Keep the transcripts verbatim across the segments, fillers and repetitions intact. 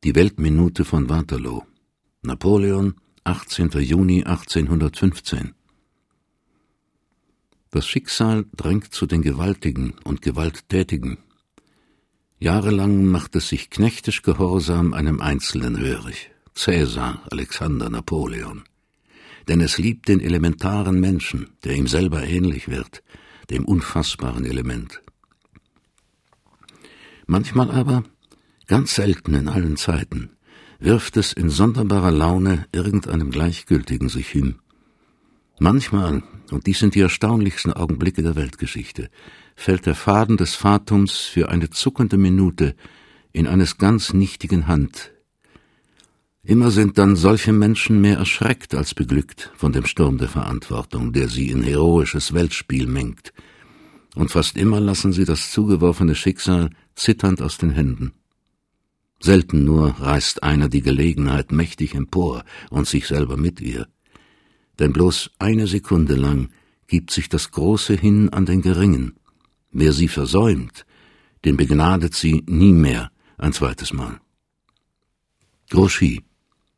Die Weltminute von Waterloo. Napoleon, achtzehnter Juni achtzehnhundertfünfzehn. Das Schicksal drängt zu den Gewaltigen und Gewalttätigen. Jahrelang macht es sich knechtisch gehorsam einem Einzelnen hörig, Cäsar, Alexander, Napoleon. Denn es liebt den elementaren Menschen, der ihm selber ähnlich wird, dem unfassbaren Element. Manchmal aber, ganz selten in allen Zeiten, wirft es in sonderbarer Laune irgendeinem Gleichgültigen sich hin. Manchmal, und dies sind die erstaunlichsten Augenblicke der Weltgeschichte, fällt der Faden des Fatums für eine zuckende Minute in eines ganz nichtigen Hand. Immer sind dann solche Menschen mehr erschreckt als beglückt von dem Sturm der Verantwortung, der sie in heroisches Weltspiel mengt, und fast immer lassen sie das zugeworfene Schicksal zitternd aus den Händen. Selten nur reißt einer die Gelegenheit mächtig empor und sich selber mit ihr. Denn bloß eine Sekunde lang gibt sich das Große hin an den Geringen. Wer sie versäumt, den begnadet sie nie mehr ein zweites Mal. Grouchy.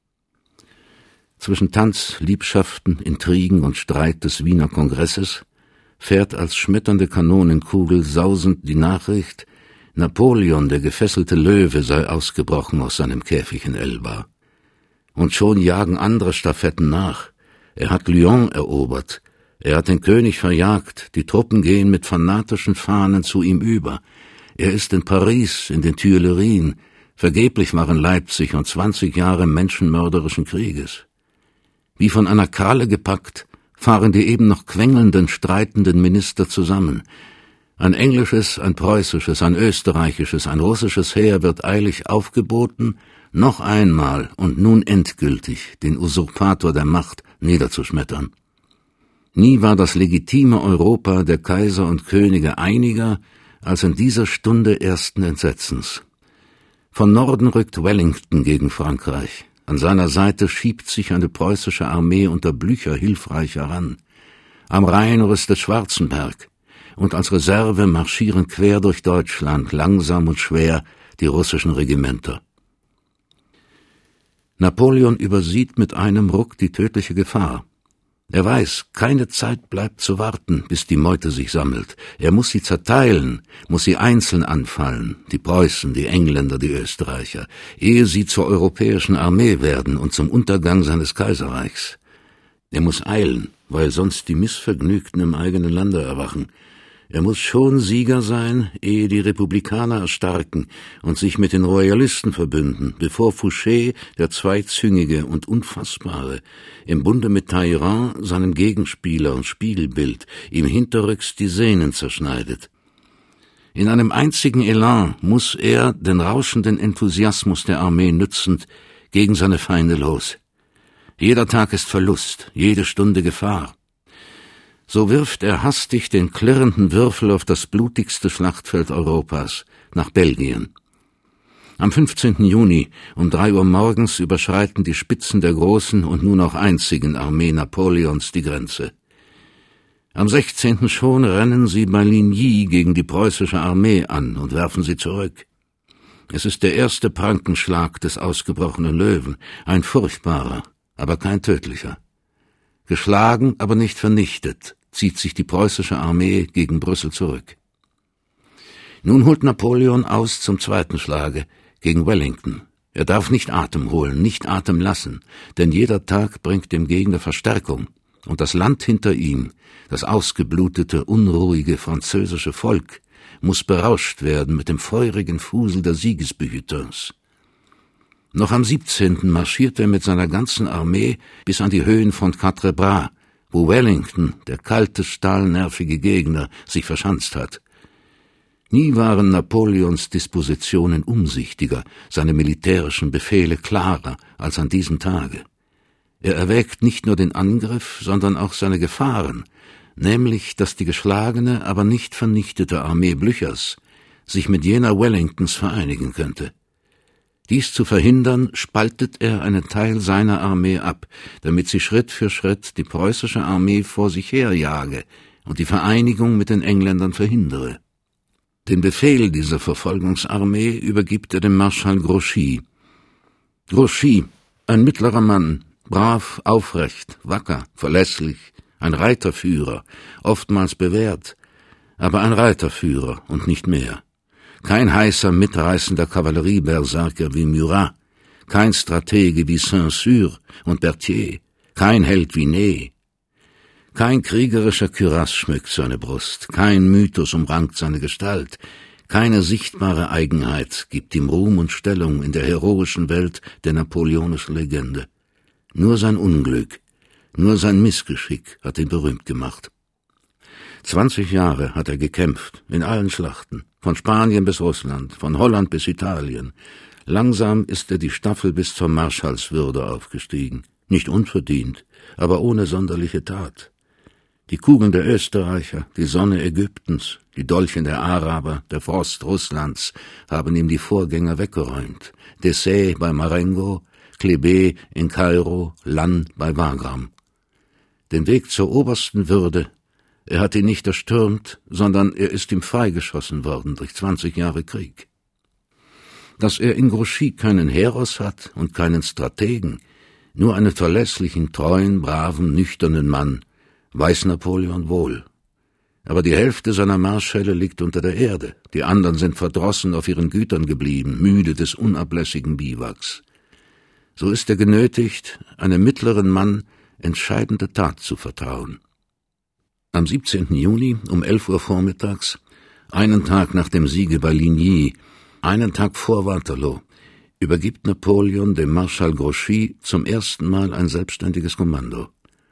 Zwischen Tanz, Liebschaften, Intrigen und Streit des Wiener Kongresses fährt als schmetternde Kanonenkugel sausend die Nachricht, Napoleon, der gefesselte Löwe, sei ausgebrochen aus seinem Käfig in Elba. Und schon jagen andere Stafetten nach. Er hat Lyon erobert, er hat den König verjagt, die Truppen gehen mit fanatischen Fahnen zu ihm über. Er ist in Paris, in den Tuilerien, vergeblich waren Leipzig und zwanzig Jahre menschenmörderischen Krieges. Wie von einer Kralle gepackt, fahren die eben noch quengelnden, streitenden Minister zusammen. Ein englisches, ein preußisches, ein österreichisches, ein russisches Heer wird eilig aufgeboten, noch einmal und nun endgültig den Usurpator der Macht niederzuschmettern. Nie war das legitime Europa der Kaiser und Könige einiger als in dieser Stunde ersten Entsetzens. Von Norden rückt Wellington gegen Frankreich. An seiner Seite schiebt sich eine preußische Armee unter Blücher hilfreich heran. Am Rhein rüstet Schwarzenberg. Und als Reserve marschieren quer durch Deutschland, langsam und schwer, die russischen Regimenter. Napoleon übersieht mit einem Ruck die tödliche Gefahr. Er weiß, keine Zeit bleibt zu warten, bis die Meute sich sammelt. Er muss sie zerteilen, muss sie einzeln anfallen, die Preußen, die Engländer, die Österreicher, ehe sie zur europäischen Armee werden und zum Untergang seines Kaiserreichs. Er muss eilen, weil sonst die Missvergnügten im eigenen Lande erwachen. Er muss schon Sieger sein, ehe die Republikaner erstarken und sich mit den Royalisten verbünden, bevor Fouché, der Zweizüngige und Unfassbare, im Bunde mit Talleyrand, seinem Gegenspieler und Spiegelbild, ihm hinterrücks die Sehnen zerschneidet. In einem einzigen Elan muss er, den rauschenden Enthusiasmus der Armee nützend, gegen seine Feinde los. Jeder Tag ist Verlust, jede Stunde Gefahr. So wirft er hastig den klirrenden Würfel auf das blutigste Schlachtfeld Europas, nach Belgien. Am fünfzehnten Juni um drei Uhr morgens überschreiten die Spitzen der großen und nun auch einzigen Armee Napoleons die Grenze. Am sechzehnten schon rennen sie bei Ligny gegen die preußische Armee an und werfen sie zurück. Es ist der erste Prankenschlag des ausgebrochenen Löwen, ein furchtbarer, aber kein tödlicher. Geschlagen, aber nicht vernichtet, zieht sich die preußische Armee gegen Brüssel zurück. Nun holt Napoleon aus zum zweiten Schlage gegen Wellington. Er darf nicht Atem holen, nicht Atem lassen, denn jeder Tag bringt dem Gegner Verstärkung, und das Land hinter ihm, das ausgeblutete, unruhige französische Volk, muss berauscht werden mit dem feurigen Fusel der Siegesbehüters. Noch am siebzehnten marschiert er mit seiner ganzen Armee bis an die Höhen von Quatre-Bras, wo Wellington, der kalte, stahlnervige Gegner, sich verschanzt hat. Nie waren Napoleons Dispositionen umsichtiger, seine militärischen Befehle klarer als an diesem Tage. Er erwägt nicht nur den Angriff, sondern auch seine Gefahren, nämlich, dass die geschlagene, aber nicht vernichtete Armee Blüchers sich mit jener Wellingtons vereinigen könnte. Dies zu verhindern, spaltet er einen Teil seiner Armee ab, damit sie Schritt für Schritt die preußische Armee vor sich herjage und die Vereinigung mit den Engländern verhindere. Den Befehl dieser Verfolgungsarmee übergibt er dem Marschall Grouchy, Grouchy, ein mittlerer Mann, brav, aufrecht, wacker, verlässlich, ein Reiterführer, oftmals bewährt, aber ein Reiterführer und nicht mehr. Kein heißer, mitreißender Kavallerieberserker wie Murat, kein Stratege wie Saint-Cyr und Berthier, kein Held wie Ney. Kein kriegerischer Kürass schmückt seine Brust, kein Mythos umrankt seine Gestalt, keine sichtbare Eigenheit gibt ihm Ruhm und Stellung in der heroischen Welt der napoleonischen Legende. Nur sein Unglück, nur sein Missgeschick hat ihn berühmt gemacht. Zwanzig Jahre hat er gekämpft, in allen Schlachten, von Spanien bis Russland, von Holland bis Italien. Langsam ist er die Staffel bis zur Marschallswürde aufgestiegen, nicht unverdient, aber ohne sonderliche Tat. Die Kugeln der Österreicher, die Sonne Ägyptens, die Dolche der Araber, der Frost Russlands haben ihm die Vorgänger weggeräumt. Desaix bei Marengo, Kléber in Kairo, Lannes bei Wagram. Den Weg zur obersten Würde, er hat ihn nicht erstürmt, sondern er ist ihm freigeschossen worden durch zwanzig Jahre Krieg. Dass er in Grouchy keinen Heros hat und keinen Strategen, nur einen verlässlichen, treuen, braven, nüchternen Mann, weiß Napoleon wohl. Aber die Hälfte seiner Marschälle liegt unter der Erde, die anderen sind verdrossen auf ihren Gütern geblieben, müde des unablässigen Biwaks. So ist er genötigt, einem mittleren Mann entscheidende Tat zu vertrauen. Am siebzehnten Juni um elf Uhr vormittags, einen Tag nach dem Siege bei Ligny, einen Tag vor Waterloo, übergibt Napoleon dem Marschall Grouchy zum ersten Mal ein selbstständiges Kommando.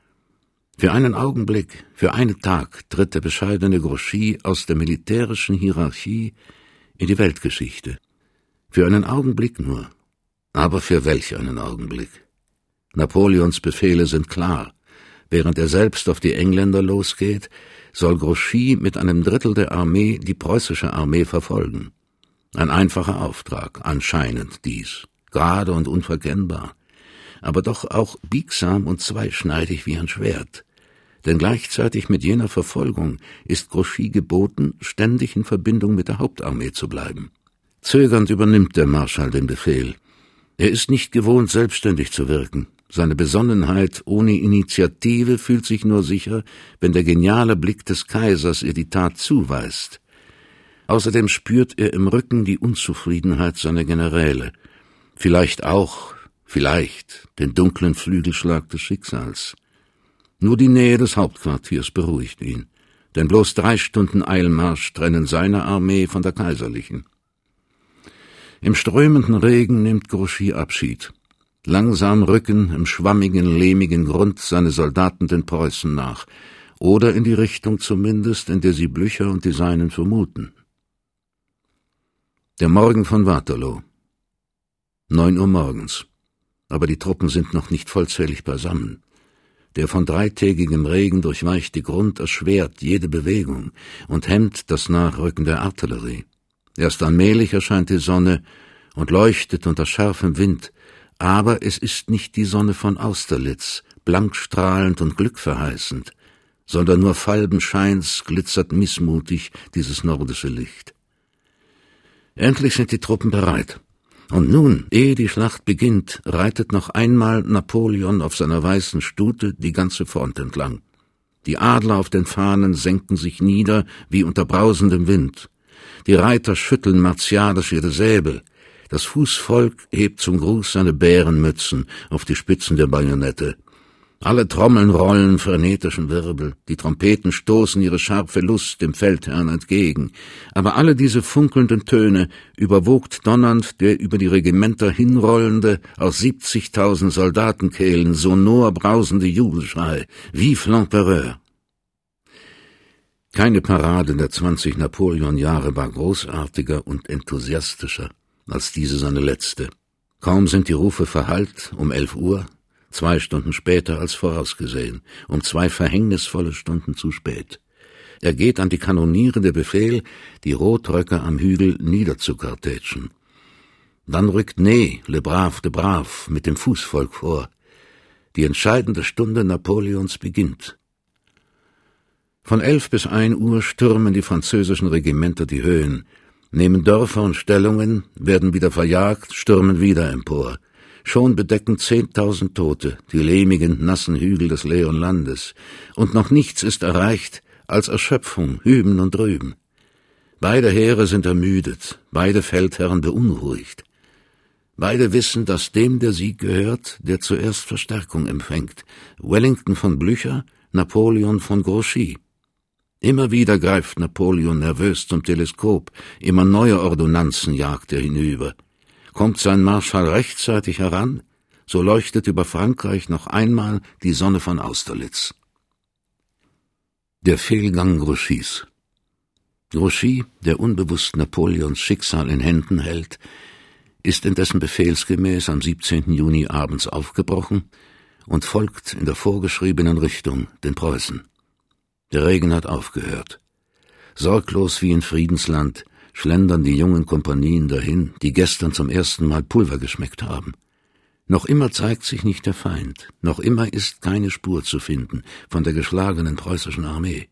Für einen Augenblick, für einen Tag tritt der bescheidene Grouchy aus der militärischen Hierarchie in die Weltgeschichte. Für einen Augenblick nur. Aber für welch einen Augenblick? Napoleons Befehle sind klar. Während er selbst auf die Engländer losgeht, soll Grouchy mit einem Drittel der Armee die preußische Armee verfolgen. Ein einfacher Auftrag, anscheinend dies, gerade und unverkennbar, aber doch auch biegsam und zweischneidig wie ein Schwert. Denn gleichzeitig mit jener Verfolgung ist Grouchy geboten, ständig in Verbindung mit der Hauptarmee zu bleiben. Zögernd übernimmt der Marschall den Befehl. Er ist nicht gewohnt, selbstständig zu wirken. Seine Besonnenheit ohne Initiative fühlt sich nur sicher, wenn der geniale Blick des Kaisers ihr die Tat zuweist. Außerdem spürt er im Rücken die Unzufriedenheit seiner Generäle, vielleicht auch, vielleicht den dunklen Flügelschlag des Schicksals. Nur die Nähe des Hauptquartiers beruhigt ihn, denn bloß drei Stunden Eilmarsch trennen seine Armee von der kaiserlichen. Im strömenden Regen nimmt Grouchy Abschied. Langsam rücken im schwammigen, lehmigen Grund seine Soldaten den Preußen nach, oder in die Richtung zumindest, in der sie Blücher und die Seinen vermuten. Der Morgen von Waterloo. Neun Uhr morgens. Aber die Truppen sind noch nicht vollzählig beisammen. Der von dreitägigem Regen durchweichte Grund erschwert jede Bewegung und hemmt das Nachrücken der Artillerie. Erst allmählich erscheint die Sonne und leuchtet unter scharfem Wind, aber es ist nicht die Sonne von Austerlitz, blankstrahlend und glückverheißend, sondern nur Falbenscheins glitzert missmutig dieses nordische Licht. Endlich sind die Truppen bereit. Und nun, ehe die Schlacht beginnt, reitet noch einmal Napoleon auf seiner weißen Stute die ganze Front entlang. Die Adler auf den Fahnen senken sich nieder wie unter brausendem Wind. Die Reiter schütteln martialisch ihre Säbel. Das Fußvolk hebt zum Gruß seine Bärenmützen auf die Spitzen der Bajonette. Alle Trommeln rollen frenetischen Wirbel, die Trompeten stoßen ihre scharfe Lust dem Feldherrn entgegen, aber alle diese funkelnden Töne überwogt donnernd der über die Regimenter hinrollende, aus siebzigtausend Soldatenkehlen sonor brausende Jubelschrei, Vive l'Empereur! Keine Parade der zwanzig Napoleon-Jahre war großartiger und enthusiastischer als diese seine letzte. Kaum sind die Rufe verhallt, um elf Uhr, zwei Stunden später als vorausgesehen, um zwei verhängnisvolle Stunden zu spät. Er geht an die kanonierende Befehl, die Rotröcke am Hügel niederzukartätschen. Dann rückt Ney, Le Brave de Brave, mit dem Fußvolk vor. Die entscheidende Stunde Napoleons beginnt. Von elf bis ein Uhr stürmen die französischen Regimenter die Höhen, nehmen Dörfer und Stellungen, werden wieder verjagt, stürmen wieder empor. Schon bedecken zehntausend Tote die lehmigen, nassen Hügel des leeren Landes, und noch nichts ist erreicht als Erschöpfung hüben und drüben. Beide Heere sind ermüdet, beide Feldherren beunruhigt. Beide wissen, dass dem der Sieg gehört, der zuerst Verstärkung empfängt. Wellington von Blücher, Napoleon von Grouchy. Immer wieder greift Napoleon nervös zum Teleskop, immer neue Ordonnanzen jagt er hinüber. Kommt sein Marschall rechtzeitig heran, so leuchtet über Frankreich noch einmal die Sonne von Austerlitz. Der Fehlgang Grouchys. Grouchy, der unbewusst Napoleons Schicksal in Händen hält, ist indessen befehlsgemäß am siebzehnten Juni abends aufgebrochen und folgt in der vorgeschriebenen Richtung den Preußen. Der Regen hat aufgehört. Sorglos wie in Friedensland schlendern die jungen Kompanien dahin, die gestern zum ersten Mal Pulver geschmeckt haben. Noch immer zeigt sich nicht der Feind, noch immer ist keine Spur zu finden von der geschlagenen preußischen Armee.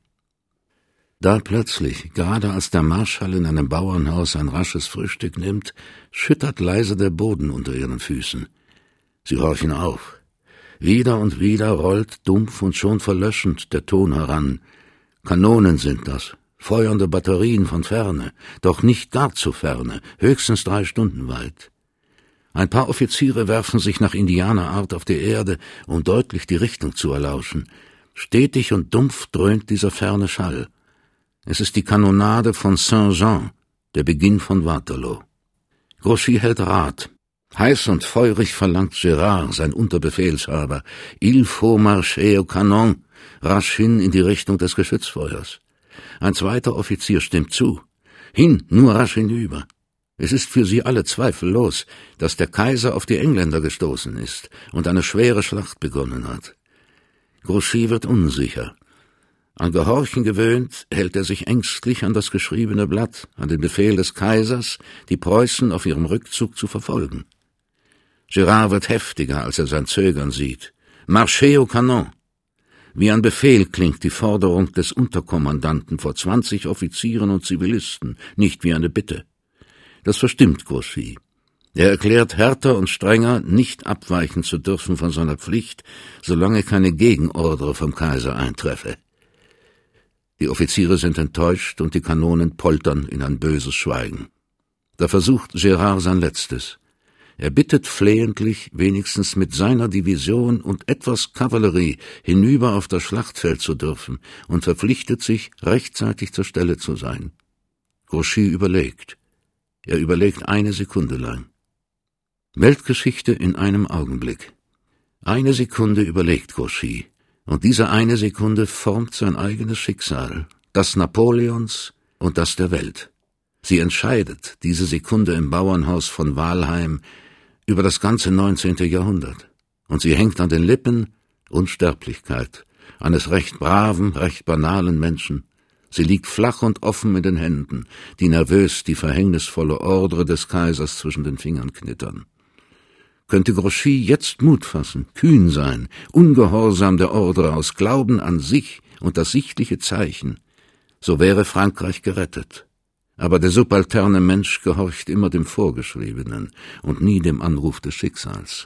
Da plötzlich, gerade als der Marschall in einem Bauernhaus ein rasches Frühstück nimmt, schüttert leise der Boden unter ihren Füßen. Sie horchen auf. Wieder und wieder rollt dumpf und schon verlöschend der Ton heran. Kanonen sind das, feuernde Batterien von ferne, doch nicht gar zu ferne, höchstens drei Stunden weit. Ein paar Offiziere werfen sich nach Indianerart auf die Erde, um deutlich die Richtung zu erlauschen. Stetig und dumpf dröhnt dieser ferne Schall. Es ist die Kanonade von Saint-Jean, der Beginn von Waterloo. Grouchy hält Rat. Heiß und feurig verlangt Gérard, sein Unterbefehlshaber, il faut marcher au canon, rasch hin in die Richtung des Geschützfeuers. Ein zweiter Offizier stimmt zu. Hin, nur rasch hinüber. Es ist für sie alle zweifellos, dass der Kaiser auf die Engländer gestoßen ist und eine schwere Schlacht begonnen hat. Grouchy wird unsicher. An Gehorchen gewöhnt, hält er sich ängstlich an das geschriebene Blatt, an den Befehl des Kaisers, die Preußen auf ihrem Rückzug zu verfolgen. Gérard wird heftiger, als er sein Zögern sieht. Marchez au canon! Wie ein Befehl klingt die Forderung des Unterkommandanten vor zwanzig Offizieren und Zivilisten, nicht wie eine Bitte. Das verstimmt Grouchy. Er erklärt härter und strenger, nicht abweichen zu dürfen von seiner Pflicht, solange keine Gegenordre vom Kaiser eintreffe. Die Offiziere sind enttäuscht und die Kanonen poltern in ein böses Schweigen. Da versucht Gérard sein Letztes. Er bittet flehentlich, wenigstens mit seiner Division und etwas Kavallerie hinüber auf das Schlachtfeld zu dürfen und verpflichtet sich, rechtzeitig zur Stelle zu sein. Grouchy überlegt. Er überlegt eine Sekunde lang. Weltgeschichte in einem Augenblick. Eine Sekunde überlegt Grouchy. Und diese eine Sekunde formt sein eigenes Schicksal, das Napoleons und das der Welt. Sie entscheidet, diese Sekunde im Bauernhaus von Walheim, über das ganze neunzehnte Jahrhundert. Und sie hängt an den Lippen Unsterblichkeit, eines recht braven, recht banalen Menschen. Sie liegt flach und offen in den Händen, die nervös die verhängnisvolle Ordre des Kaisers zwischen den Fingern knittern. Könnte Grouchy jetzt Mut fassen, kühn sein, ungehorsam der Ordre aus Glauben an sich und das sichtliche Zeichen, so wäre Frankreich gerettet. Aber der subalterne Mensch gehorcht immer dem Vorgeschriebenen und nie dem Anruf des Schicksals.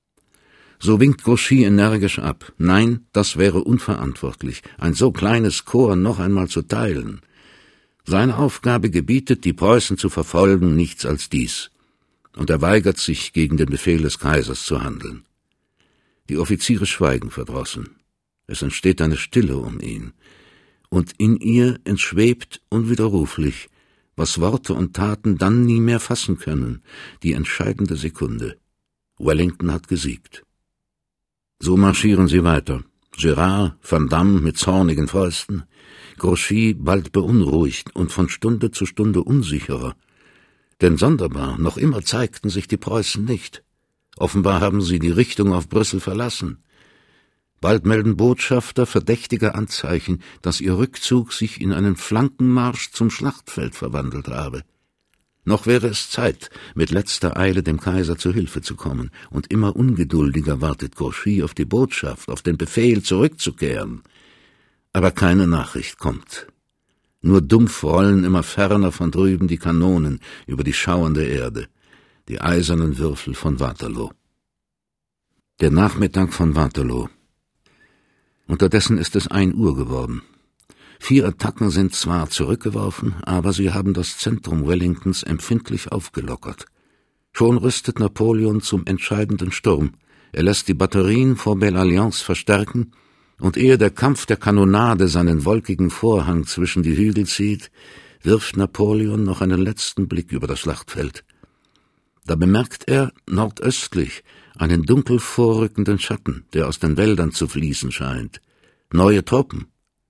So winkt Grouchy energisch ab. Nein, das wäre unverantwortlich, ein so kleines Korps noch einmal zu teilen. Seine Aufgabe gebietet, die Preußen zu verfolgen, nichts als dies. Und er weigert sich, gegen den Befehl des Kaisers zu handeln. Die Offiziere schweigen verdrossen. Es entsteht eine Stille um ihn. Und in ihr entschwebt unwiderruflich, was Worte und Taten dann nie mehr fassen können, die entscheidende Sekunde. Wellington hat gesiegt. So marschieren sie weiter. Gérard, Van Damme mit zornigen Fäusten, Grouchy bald beunruhigt und von Stunde zu Stunde unsicherer. Denn sonderbar, noch immer zeigten sich die Preußen nicht. Offenbar haben sie die Richtung auf Brüssel verlassen. Bald melden Botschafter verdächtige Anzeichen, dass ihr Rückzug sich in einen Flankenmarsch zum Schlachtfeld verwandelt habe. Noch wäre es Zeit, mit letzter Eile dem Kaiser zu Hilfe zu kommen, und immer ungeduldiger wartet Grouchy auf die Botschaft, auf den Befehl, zurückzukehren. Aber keine Nachricht kommt. Nur dumpf rollen immer ferner von drüben die Kanonen über die schauernde Erde, die eisernen Würfel von Waterloo. Der Nachmittag von Waterloo. Unterdessen ist es ein Uhr geworden. Vier Attacken sind zwar zurückgeworfen, aber sie haben das Zentrum Wellingtons empfindlich aufgelockert. Schon rüstet Napoleon zum entscheidenden Sturm. Er lässt die Batterien vor Belle Alliance verstärken, und ehe der Kampf der Kanonade seinen wolkigen Vorhang zwischen die Hügel zieht, wirft Napoleon noch einen letzten Blick über das Schlachtfeld. Da bemerkt er nordöstlich einen dunkel vorrückenden Schatten, der aus den Wäldern zu fließen scheint. Neue Truppen.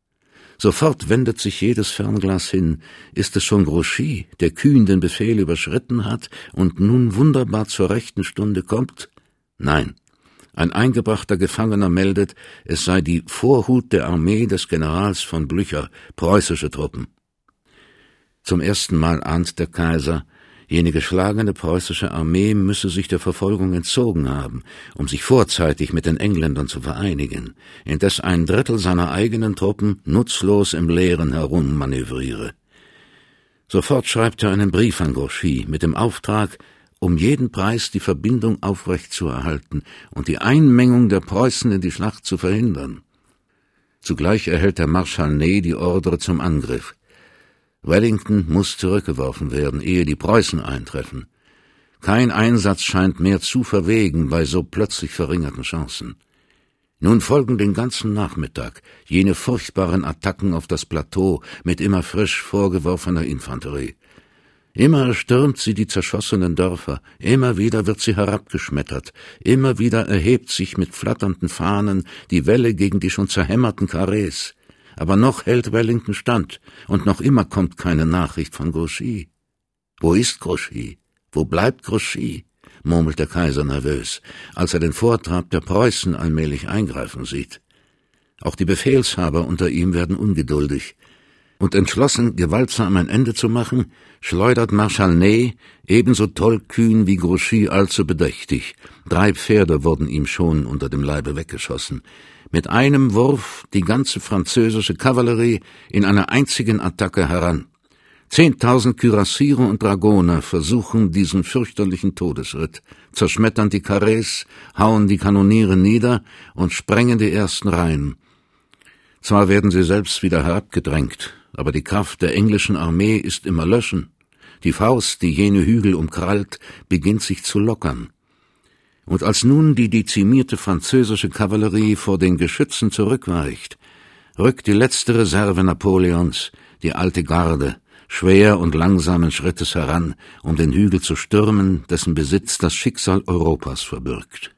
Sofort wendet sich jedes Fernglas hin. Ist es schon Grouchy, der kühn den Befehl überschritten hat und nun wunderbar zur rechten Stunde kommt? Nein. Ein eingebrachter Gefangener meldet, es sei die Vorhut der Armee des Generals von Blücher, preußische Truppen. Zum ersten Mal ahnt der Kaiser, jene geschlagene preußische Armee müsse sich der Verfolgung entzogen haben, um sich vorzeitig mit den Engländern zu vereinigen, indes ein Drittel seiner eigenen Truppen nutzlos im Leeren herummanövriere. Sofort schreibt er einen Brief an Grouchy mit dem Auftrag, um jeden Preis die Verbindung aufrechtzuerhalten und die Einmengung der Preußen in die Schlacht zu verhindern. Zugleich erhält der Marschall Ney die Ordre zum Angriff. Wellington muss zurückgeworfen werden, ehe die Preußen eintreffen. Kein Einsatz scheint mehr zu verwegen bei so plötzlich verringerten Chancen. Nun folgen den ganzen Nachmittag jene furchtbaren Attacken auf das Plateau mit immer frisch vorgeworfener Infanterie. Immer erstürmt sie die zerschossenen Dörfer, immer wieder wird sie herabgeschmettert, immer wieder erhebt sich mit flatternden Fahnen die Welle gegen die schon zerhämmerten Karrees. Aber noch hält Wellington stand, und noch immer kommt keine Nachricht von Grouchy. »Wo ist Grouchy? Wo bleibt Grouchy?« murmelt der Kaiser nervös, als er den Vortrab der Preußen allmählich eingreifen sieht. Auch die Befehlshaber unter ihm werden ungeduldig. Und entschlossen, gewaltsam ein Ende zu machen, schleudert Marschall Ney, ebenso tollkühn wie Grouchy allzu bedächtig. Drei Pferde wurden ihm schon unter dem Leibe weggeschossen. Mit einem Wurf die ganze französische Kavallerie in einer einzigen Attacke heran. Zehntausend Kürassiere und Dragoner versuchen diesen fürchterlichen Todesritt, zerschmettern die Karrees, hauen die Kanoniere nieder und sprengen die ersten Reihen. Zwar werden sie selbst wieder herabgedrängt, aber die Kraft der englischen Armee ist im Erlöschen. Die Faust, die jene Hügel umkrallt, beginnt sich zu lockern. Und als nun die dezimierte französische Kavallerie vor den Geschützen zurückweicht, rückt die letzte Reserve Napoleons, die alte Garde, schwer und langsamen Schrittes heran, um den Hügel zu stürmen, dessen Besitz das Schicksal Europas verbirgt.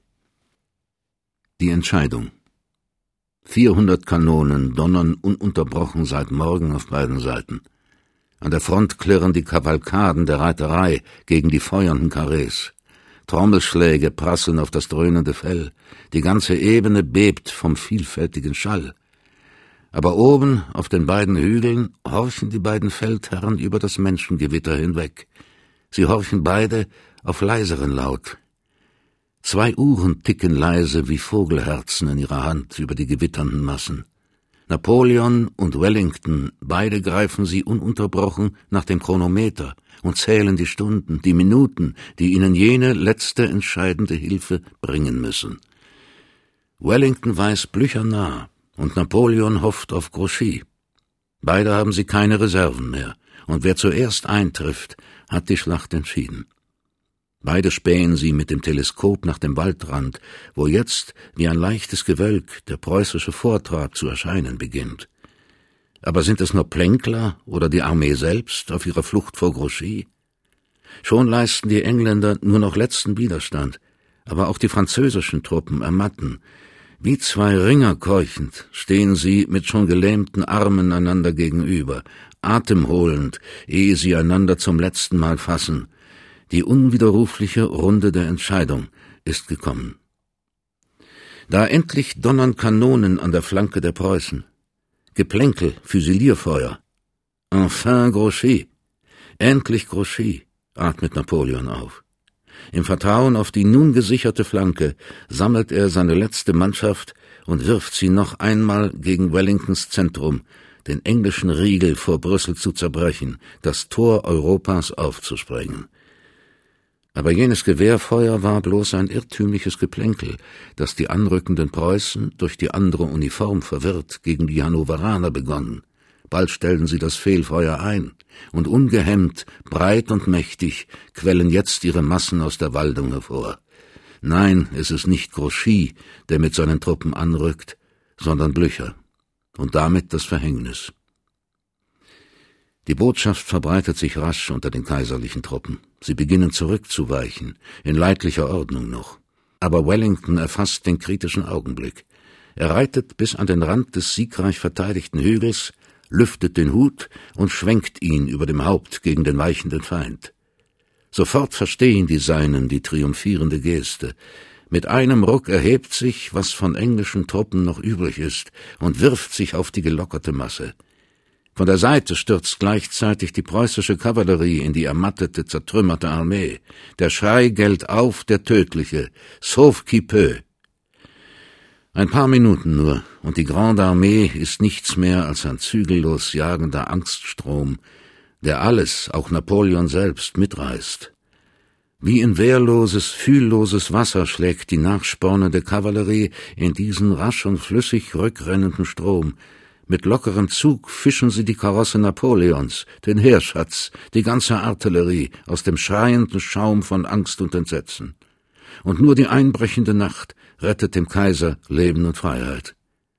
Die Entscheidung. Vierhundert Kanonen donnern ununterbrochen seit Morgen auf beiden Seiten. An der Front klirren die Kavalkaden der Reiterei gegen die feuernden Karrees. Trommelschläge prasseln auf das dröhnende Fell, die ganze Ebene bebt vom vielfältigen Schall. Aber oben, auf den beiden Hügeln, horchen die beiden Feldherren über das Menschengewitter hinweg. Sie horchen beide auf leiseren Laut. Zwei Uhren ticken leise wie Vogelherzen in ihrer Hand über die gewitternden Massen. Napoleon und Wellington, beide greifen sie ununterbrochen nach dem Chronometer und zählen die Stunden, die Minuten, die ihnen jene letzte entscheidende Hilfe bringen müssen. Wellington weiß Blücher nah, und Napoleon hofft auf Grouchy. Beide haben sie keine Reserven mehr, und wer zuerst eintrifft, hat die Schlacht entschieden. Beide spähen sie mit dem Teleskop nach dem Waldrand, wo jetzt, wie ein leichtes Gewölk, der preußische Vortrab zu erscheinen beginnt. Aber sind es nur Plänkler oder die Armee selbst auf ihrer Flucht vor Grouchy? Schon leisten die Engländer nur noch letzten Widerstand, aber auch die französischen Truppen ermatten. Wie zwei Ringer keuchend stehen sie mit schon gelähmten Armen einander gegenüber, atemholend, ehe sie einander zum letzten Mal fassen. Die unwiderrufliche Runde der Entscheidung ist gekommen. Da endlich donnern Kanonen an der Flanke der Preußen. Geplänkel, Füsilierfeuer. Enfin Grouchy. Endlich Grouchy, atmet Napoleon auf. Im Vertrauen auf die nun gesicherte Flanke sammelt er seine letzte Mannschaft und wirft sie noch einmal gegen Wellingtons Zentrum, den englischen Riegel vor Brüssel zu zerbrechen, das Tor Europas aufzusprengen. Aber jenes Gewehrfeuer war bloß ein irrtümliches Geplänkel, das die anrückenden Preußen durch die andere Uniform verwirrt gegen die Hannoveraner begonnen. Bald stellen sie das Fehlfeuer ein, und ungehemmt, breit und mächtig quellen jetzt ihre Massen aus der Waldung hervor. Nein, es ist nicht Grouchy, der mit seinen Truppen anrückt, sondern Blücher. Und damit das Verhängnis. Die Botschaft verbreitet sich rasch unter den kaiserlichen Truppen. Sie beginnen zurückzuweichen, in leidlicher Ordnung noch. Aber Wellington erfasst den kritischen Augenblick. Er reitet bis an den Rand des siegreich verteidigten Hügels, lüftet den Hut und schwenkt ihn über dem Haupt gegen den weichenden Feind. Sofort verstehen die Seinen die triumphierende Geste. Mit einem Ruck erhebt sich, was von englischen Truppen noch übrig ist, und wirft sich auf die gelockerte Masse. Von der Seite stürzt gleichzeitig die preußische Kavallerie in die ermattete, zertrümmerte Armee. Der Schrei gellt auf, der tödliche, sauve qui peut. Ein paar Minuten nur, und die Grande Armee ist nichts mehr als ein zügellos jagender Angststrom, der alles, auch Napoleon selbst, mitreißt. Wie in wehrloses, fühlloses Wasser schlägt die nachspornende Kavallerie in diesen rasch und flüssig rückrennenden Strom. Mit lockerem Zug fischen sie die Karosse Napoleons, den Heerschatz, die ganze Artillerie aus dem schreienden Schaum von Angst und Entsetzen. Und nur die einbrechende Nacht rettet dem Kaiser Leben und Freiheit.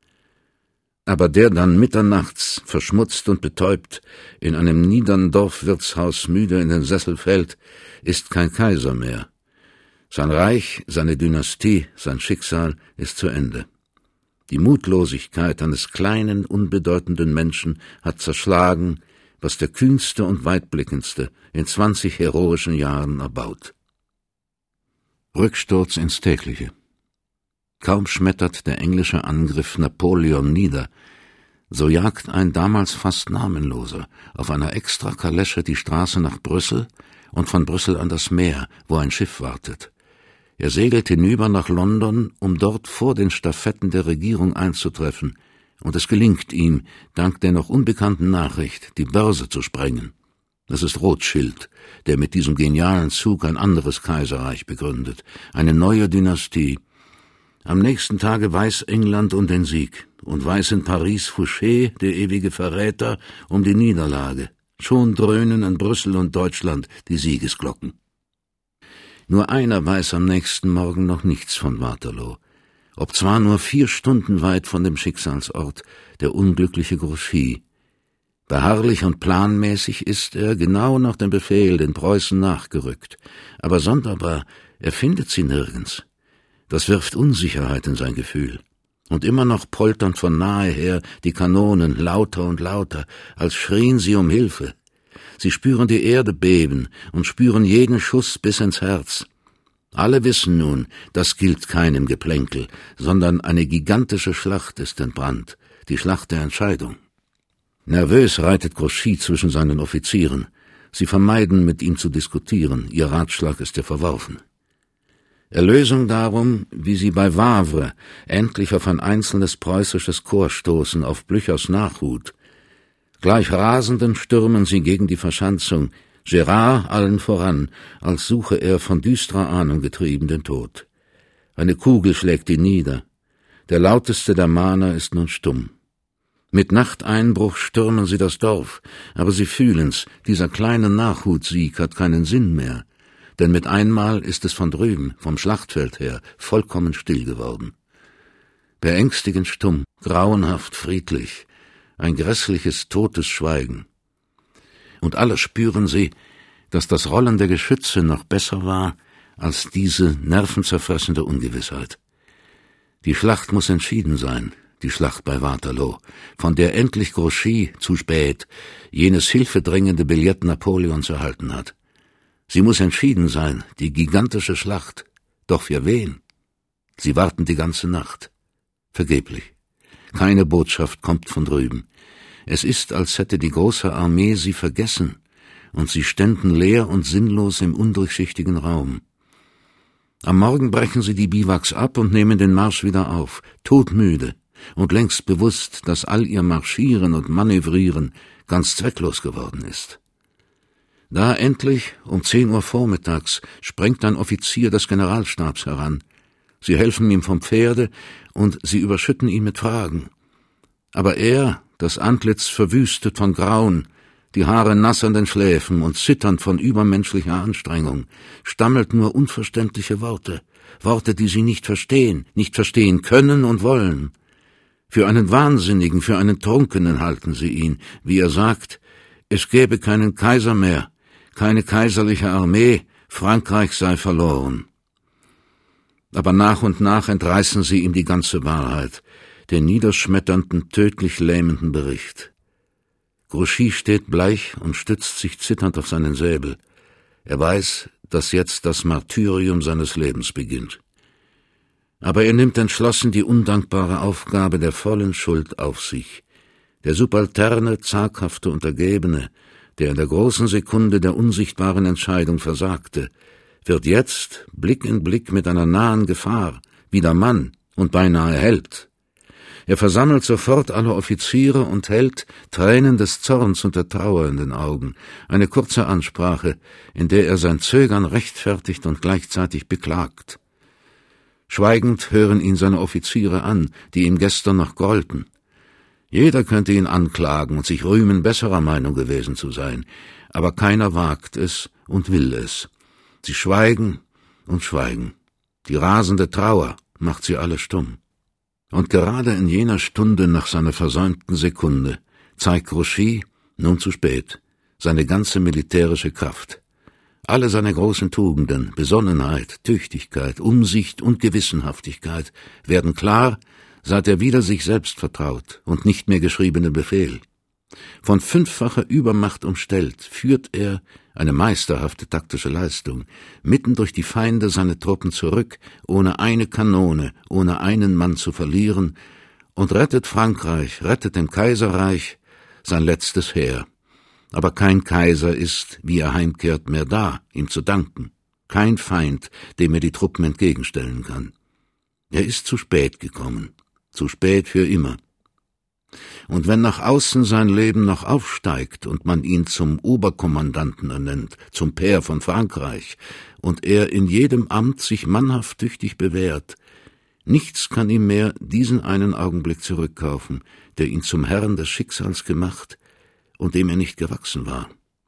Aber der dann mitternachts, verschmutzt und betäubt, in einem niedern Dorfwirtshaus müde in den Sessel fällt, ist kein Kaiser mehr. Sein Reich, seine Dynastie, sein Schicksal ist zu Ende. Die Mutlosigkeit eines kleinen, unbedeutenden Menschen hat zerschlagen, was der kühnste und weitblickendste in zwanzig heroischen Jahren erbaut. Rücksturz ins Tägliche. Kaum schmettert der englische Angriff Napoleon nieder, so jagt ein damals fast Namenloser auf einer Extrakalesche die Straße nach Brüssel und von Brüssel an das Meer, wo ein Schiff wartet. Er segelt hinüber nach London, um dort vor den Stafetten der Regierung einzutreffen, und es gelingt ihm, dank der noch unbekannten Nachricht, die Börse zu sprengen. Es ist Rothschild, der mit diesem genialen Zug ein anderes Kaiserreich begründet, eine neue Dynastie. Am nächsten Tage weiß England um den Sieg und weiß in Paris Fouché, der ewige Verräter, um die Niederlage. Schon dröhnen in Brüssel und Deutschland die Siegesglocken. Nur einer weiß am nächsten Morgen noch nichts von Waterloo. Obzwar nur vier Stunden weit von dem Schicksalsort, der unglückliche Grouchy. Beharrlich und planmäßig ist er genau nach dem Befehl den Preußen nachgerückt. Aber sonderbar, er findet sie nirgends. Das wirft Unsicherheit in sein Gefühl. Und immer noch poltern von nahe her die Kanonen lauter und lauter, als schrien sie um Hilfe. Sie spüren die Erde beben und spüren jeden Schuss bis ins Herz. Alle wissen nun, das gilt keinem Geplänkel, sondern eine gigantische Schlacht ist entbrannt, die Schlacht der Entscheidung. Nervös reitet Grouchy zwischen seinen Offizieren. Sie vermeiden, mit ihm zu diskutieren, ihr Ratschlag ist ihr verworfen. Erlösung darum, wie sie bei Wavre endlich auf ein einzelnes preußisches Korps stoßen, auf Blüchers Nachhut. Gleich Rasenden stürmen sie gegen die Verschanzung, Gérard allen voran, als suche er von düsterer Ahnung getrieben den Tod. Eine Kugel schlägt ihn nieder. Der lauteste der Mahner ist nun stumm. Mit Nachteinbruch stürmen sie das Dorf, aber sie fühlen's, dieser kleine Nachhutsieg hat keinen Sinn mehr. Denn mit einmal ist es von drüben, vom Schlachtfeld her, vollkommen still geworden. Beängstigend stumm, grauenhaft friedlich, ein grässliches, totes Schweigen. Und alle spüren sie, dass das Rollen der Geschütze noch besser war als diese nervenzerfressende Ungewissheit. Die Schlacht muss entschieden sein, die Schlacht bei Waterloo, von der endlich Grouchy, zu spät, jenes hilfedrängende Billett Napoleons erhalten hat. Sie muss entschieden sein, die gigantische Schlacht. Doch für wen? Sie warten die ganze Nacht. Vergeblich. Keine Botschaft kommt von drüben. Es ist, als hätte die große Armee sie vergessen, und sie ständen leer und sinnlos im undurchsichtigen Raum. Am Morgen brechen sie die Biwaks ab und nehmen den Marsch wieder auf, todmüde und längst bewusst, dass all ihr Marschieren und Manövrieren ganz zwecklos geworden ist. Da endlich, um zehn Uhr vormittags, sprengt ein Offizier des Generalstabs heran. Sie helfen ihm vom Pferde und sie überschütten ihn mit Fragen. Aber er, das Antlitz verwüstet von Grauen, die Haare nass an den Schläfen und zitternd von übermenschlicher Anstrengung, stammelt nur unverständliche Worte, Worte, die sie nicht verstehen, nicht verstehen können und wollen. Für einen Wahnsinnigen, für einen Trunkenen halten sie ihn, wie er sagt, es gäbe keinen Kaiser mehr, keine kaiserliche Armee, Frankreich sei verloren. Aber nach und nach entreißen sie ihm die ganze Wahrheit, den niederschmetternden, tödlich lähmenden Bericht. Grouchy steht bleich und stützt sich zitternd auf seinen Säbel. Er weiß, dass jetzt das Martyrium seines Lebens beginnt. Aber er nimmt entschlossen die undankbare Aufgabe der vollen Schuld auf sich. Der subalterne, zaghafte Untergebene, der in der großen Sekunde der unsichtbaren Entscheidung versagte, wird jetzt, Blick in Blick mit einer nahen Gefahr, wieder Mann und beinahe Held. Er versammelt sofort alle Offiziere und hält, Tränen des Zorns und der Trauer in den Augen, eine kurze Ansprache, in der er sein Zögern rechtfertigt und gleichzeitig beklagt. Schweigend hören ihn seine Offiziere an, die ihm gestern noch grollten. Jeder könnte ihn anklagen und sich rühmen, besserer Meinung gewesen zu sein, aber keiner wagt es und will es. Sie schweigen und schweigen. Die rasende Trauer macht sie alle stumm. Und gerade in jener Stunde nach seiner versäumten Sekunde zeigt Grouchy, nun zu spät, seine ganze militärische Kraft. Alle seine großen Tugenden, Besonnenheit, Tüchtigkeit, Umsicht und Gewissenhaftigkeit werden klar, seit er wieder sich selbst vertraut und nicht mehr geschriebenen Befehl. Von fünffacher Übermacht umstellt, führt er, eine meisterhafte taktische Leistung, mitten durch die Feinde seine Truppen zurück, ohne eine Kanone, ohne einen Mann zu verlieren, und rettet Frankreich, rettet dem Kaiserreich sein letztes Heer. Aber kein Kaiser ist, wie er heimkehrt, mehr da, ihm zu danken. Kein Feind, dem er die Truppen entgegenstellen kann. Er ist zu spät gekommen. Zu spät für immer. Und wenn nach außen sein Leben noch aufsteigt und man ihn zum Oberkommandanten ernennt, zum Pair von Frankreich, und er in jedem Amt sich mannhaft tüchtig bewährt, nichts kann ihm mehr diesen einen Augenblick zurückkaufen, der ihn zum Herrn des Schicksals gemacht und dem er nicht gewachsen war.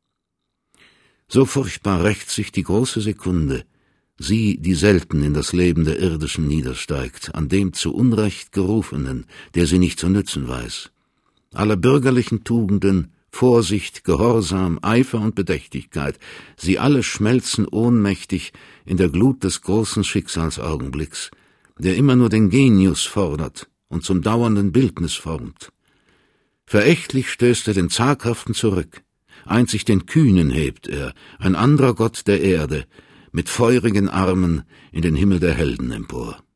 So furchtbar rächt sich die große Sekunde, sie, die selten in das Leben der Irdischen niedersteigt, an dem zu Unrecht Gerufenen, der sie nicht zu nützen weiß. Aller bürgerlichen Tugenden, Vorsicht, Gehorsam, Eifer und Bedächtigkeit, sie alle schmelzen ohnmächtig in der Glut des großen Schicksalsaugenblicks, der immer nur den Genius fordert und zum dauernden Bildnis formt. Verächtlich stößt er den Zaghaften zurück, einzig den Kühnen hebt er, ein anderer Gott der Erde, mit feurigen Armen in den Himmel der Helden empor.